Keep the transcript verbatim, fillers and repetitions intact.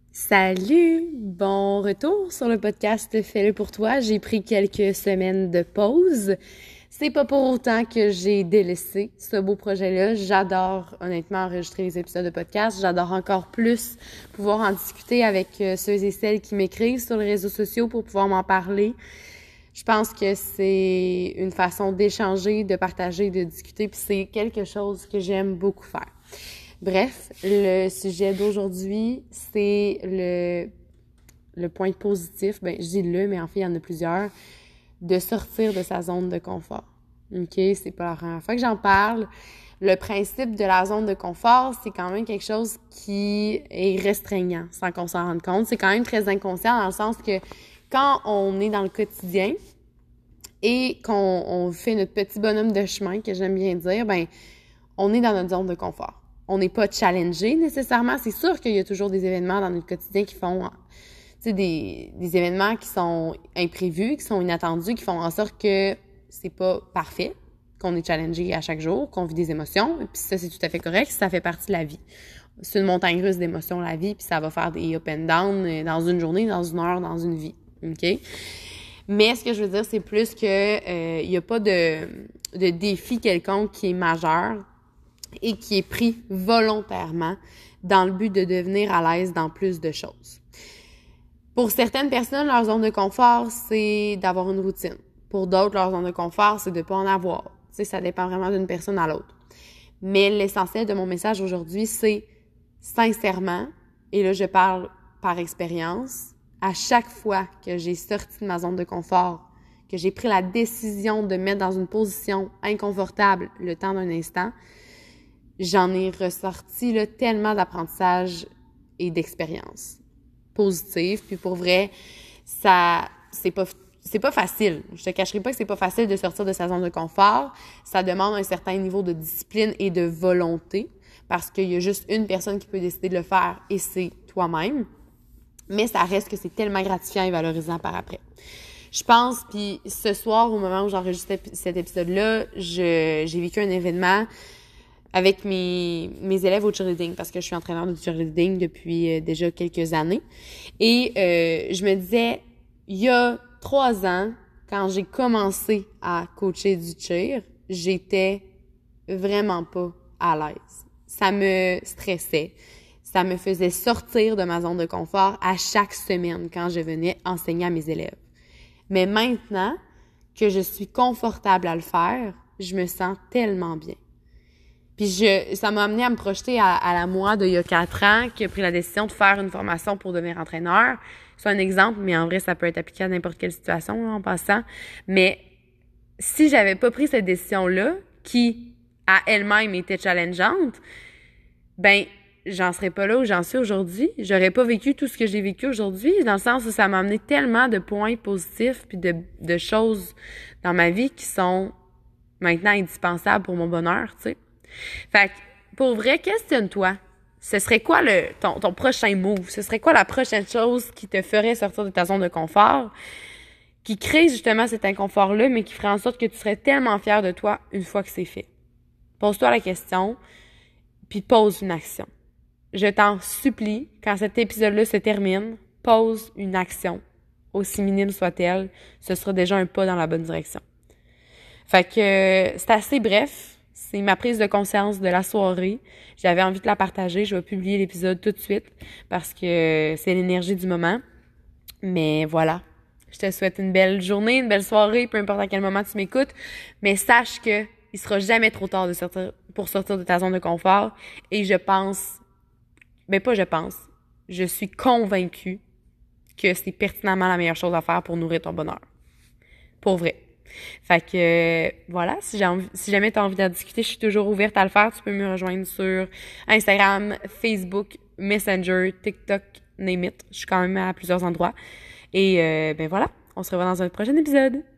Salut! Bon retour sur le podcast Fais-le pour toi. J'ai pris quelques semaines de pause. C'est pas pour autant que j'ai délaissé ce beau projet-là. J'adore honnêtement enregistrer les épisodes de podcast. J'adore encore plus pouvoir en discuter avec ceux et celles qui m'écrivent sur les réseaux sociaux pour pouvoir m'en parler. Je pense que c'est une façon d'échanger, de partager, de discuter, puis c'est quelque chose que j'aime beaucoup faire. Bref, le sujet d'aujourd'hui, c'est le, le point positif, ben je dis le, mais en fait, il y en a plusieurs, de sortir de sa zone de confort. OK? C'est pas la première fois que j'en parle. Le principe de la zone de confort, c'est quand même quelque chose qui est restreignant, sans qu'on s'en rende compte. C'est quand même très inconscient dans le sens que quand on est dans le quotidien et qu'on on fait notre petit bonhomme de chemin, que j'aime bien dire, ben on est dans notre zone de confort. On n'est pas challengé nécessairement. C'est sûr qu'il y a toujours des événements dans notre quotidien qui font, tu sais, des, des événements qui sont imprévus, qui sont inattendus, qui font en sorte que c'est pas parfait, qu'on est challengé à chaque jour, qu'on vit des émotions. Et puis ça, c'est tout à fait correct. Ça fait partie de la vie. C'est une montagne russe d'émotions, la vie, puis ça va faire des up and down dans une journée, dans une heure, dans une vie. OK? Mais ce que je veux dire, c'est plus que euh, il y a pas de, de défi quelconque qui est majeur et qui est pris volontairement dans le but de devenir à l'aise dans plus de choses. Pour certaines personnes, leur zone de confort, c'est d'avoir une routine. Pour d'autres, leur zone de confort, c'est de ne pas en avoir. Tu sais, ça dépend vraiment d'une personne à l'autre. Mais l'essentiel de mon message aujourd'hui, c'est sincèrement, et là je parle par expérience, à chaque fois que j'ai sorti de ma zone de confort, que j'ai pris la décision de me mettre dans une position inconfortable le temps d'un instant, j'en ai ressorti là, tellement d'apprentissage et d'expérience positive. Puis pour vrai, ça c'est pas c'est pas facile. Je te cacherai pas que c'est pas facile de sortir de sa zone de confort. Ça demande un certain niveau de discipline et de volonté parce qu'il y a juste une personne qui peut décider de le faire et c'est toi-même. Mais ça reste que c'est tellement gratifiant et valorisant par après. Je pense, puis ce soir, au moment où j'enregistrais cet épisode-là, je, j'ai vécu un événement avec mes, mes élèves au cheerleading, parce que je suis entraîneur de cheerleading depuis euh, déjà quelques années. Et euh, je me disais, il y a trois ans, quand j'ai commencé à coacher du cheer, j'étais vraiment pas à l'aise. Ça me stressait. Ça me faisait sortir de ma zone de confort à chaque semaine quand je venais enseigner à mes élèves. Mais maintenant que je suis confortable à le faire, je me sens tellement bien. Puis je, ça m'a amené à me projeter à, à la moi d'il y a quatre ans qui a pris la décision de faire une formation pour devenir entraîneur. C'est un exemple, mais en vrai, ça peut être appliqué à n'importe quelle situation, là, en passant. Mais si j'avais pas pris cette décision-là, qui, à elle-même, était challengeante, ben, j'en serais pas là où j'en suis aujourd'hui. J'aurais pas vécu tout ce que j'ai vécu aujourd'hui, dans le sens où ça m'a amené tellement de points positifs puis de, de choses dans ma vie qui sont maintenant indispensables pour mon bonheur, tu sais. Fait que, pour vrai, questionne-toi. Ce serait quoi le ton, ton prochain move? Ce serait quoi la prochaine chose qui te ferait sortir de ta zone de confort, qui crée justement cet inconfort-là, mais qui ferait en sorte que tu serais tellement fier de toi une fois que c'est fait? Pose-toi la question, puis pose une action. Je t'en supplie, quand cet épisode-là se termine, pose une action, aussi minime soit-elle, ce sera déjà un pas dans la bonne direction. Fait que c'est assez bref. C'est ma prise de conscience de la soirée. J'avais envie de la partager. Je vais publier l'épisode tout de suite parce que c'est l'énergie du moment. Mais voilà. Je te souhaite une belle journée, une belle soirée, peu importe à quel moment tu m'écoutes. Mais sache que il sera jamais trop tard de sortir, pour sortir de ta zone de confort. Et je pense, ben pas je pense, je suis convaincue que c'est pertinemment la meilleure chose à faire pour nourrir ton bonheur. Pour vrai. Fait que euh, voilà, si j'ai envie, si jamais tu as envie d'en discuter, je suis toujours ouverte à le faire. Tu peux me rejoindre sur Instagram, Facebook, Messenger, TikTok, name it. Je suis quand même à plusieurs endroits. Et euh, ben voilà, on se revoit dans un prochain épisode.